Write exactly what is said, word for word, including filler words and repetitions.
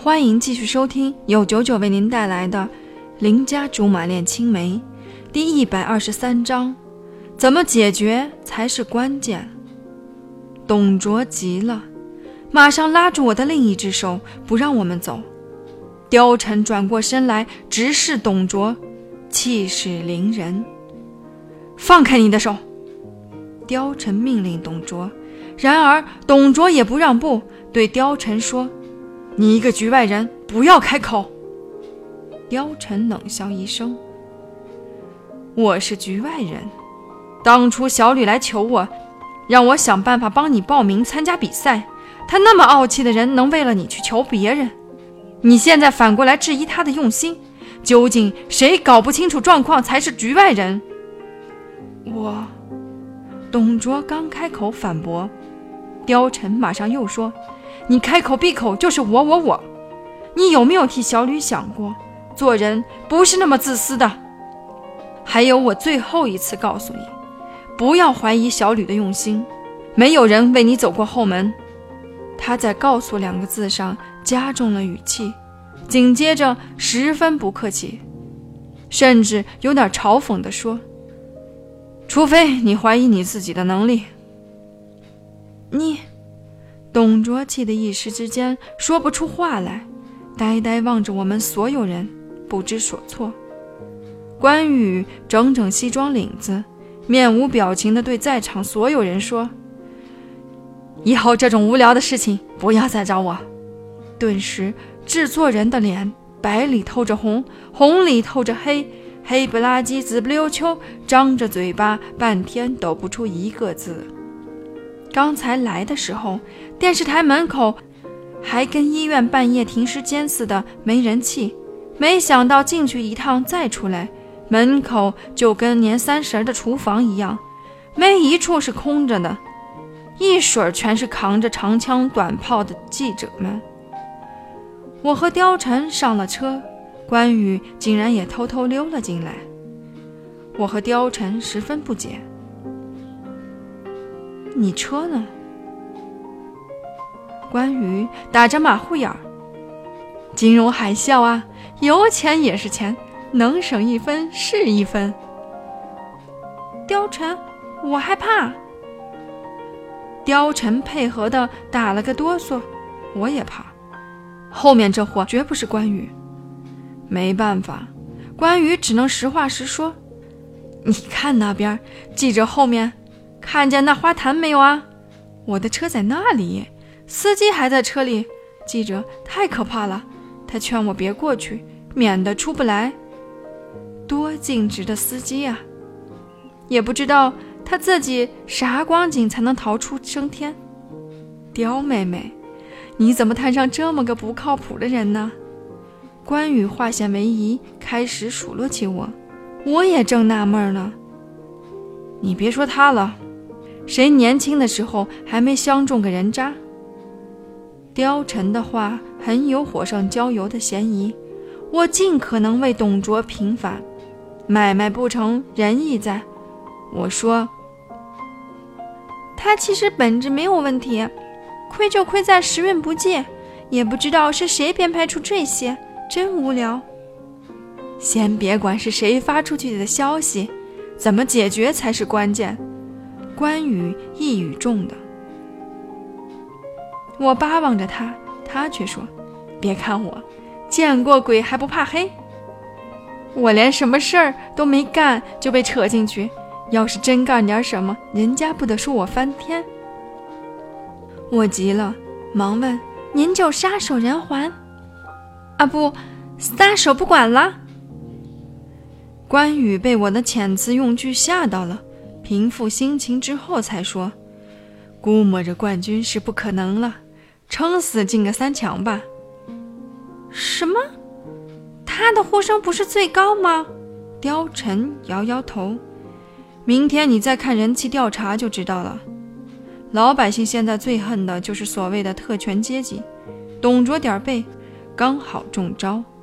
欢迎继续收听由九九为您带来的《邻家竹马恋青梅》第一百二十三章，怎么解决才是关键。董卓急了，马上拉住我的另一只手，不让我们走。貂蝉转过身来，直视董卓，气势凌人。放开你的手！貂蝉命令董卓，然而董卓也不让步，对貂蝉说，你一个局外人，不要开口。貂蝉冷笑一声，我是局外人，当初小吕来求我，让我想办法帮你报名参加比赛，他那么傲气的人，能为了你去求别人？你现在反过来质疑他的用心，究竟谁搞不清楚状况才是局外人？我……董卓刚开口反驳，貂蝉马上又说，你开口闭口就是我我我，你有没有替小吕想过，做人不是那么自私的？还有，我最后一次告诉你，不要怀疑小吕的用心，没有人为你走过后门。他在告诉两个字上加重了语气，紧接着十分不客气，甚至有点嘲讽地说，除非你怀疑你自己的能力。你……董卓气得一时之间说不出话来，呆呆望着我们所有人，不知所措。关羽整整西装领子，面无表情地对在场所有人说，以后这种无聊的事情不要再找我。顿时制作人的脸白里透着红，红里透着黑，黑不拉几紫不溜秋，张着嘴巴半天抖不出一个字。刚才来的时候，电视台门口还跟医院半夜停尸间似的没人气，没想到进去一趟再出来，门口就跟年三十的厨房一样，没一处是空着的，一水全是扛着长枪短炮的记者们。我和貂蝉上了车，关羽竟然也偷偷溜了进来。我和貂蝉十分不解，你车呢？关羽打着马虎眼儿，金融海啸啊，有钱也是钱，能省一分是一分。貂蝉，我害怕。貂蝉配合的打了个哆嗦，我也怕。后面这货绝不是关羽。没办法，关羽只能实话实说，你看那边记者后面，看见那花坛没有啊？我的车在那里，司机还在车里。记者太可怕了，他劝我别过去，免得出不来。多尽职的司机啊，也不知道他自己啥光景才能逃出升天。刁妹妹，你怎么摊上这么个不靠谱的人呢？关羽化险为夷，开始数落起我，我也正纳闷呢。你别说他了，谁年轻的时候还没相中个人渣？貂蝉的话很有火上浇油的嫌疑，我尽可能为董卓平反，买卖不成仁义在。我说，他其实本质没有问题，亏就亏在时运不济，也不知道是谁编排出这些，真无聊。先别管是谁发出去的消息，怎么解决才是关键。关羽一语中的。我巴望着他，他却说，别看我见过鬼还不怕黑，我连什么事儿都没干就被扯进去，要是真干点什么，人家不得说我翻天。我急了，忙问，您就撒手人寰？啊不，撒手不管了。关羽被我的遣词用句吓到了，平复心情之后才说，估摸着冠军是不可能了，撑死进个三强吧。什么？他的呼声不是最高吗？貂蝉摇摇头，明天你再看人气调查就知道了。老百姓现在最恨的就是所谓的特权阶级，董卓点背，刚好中招。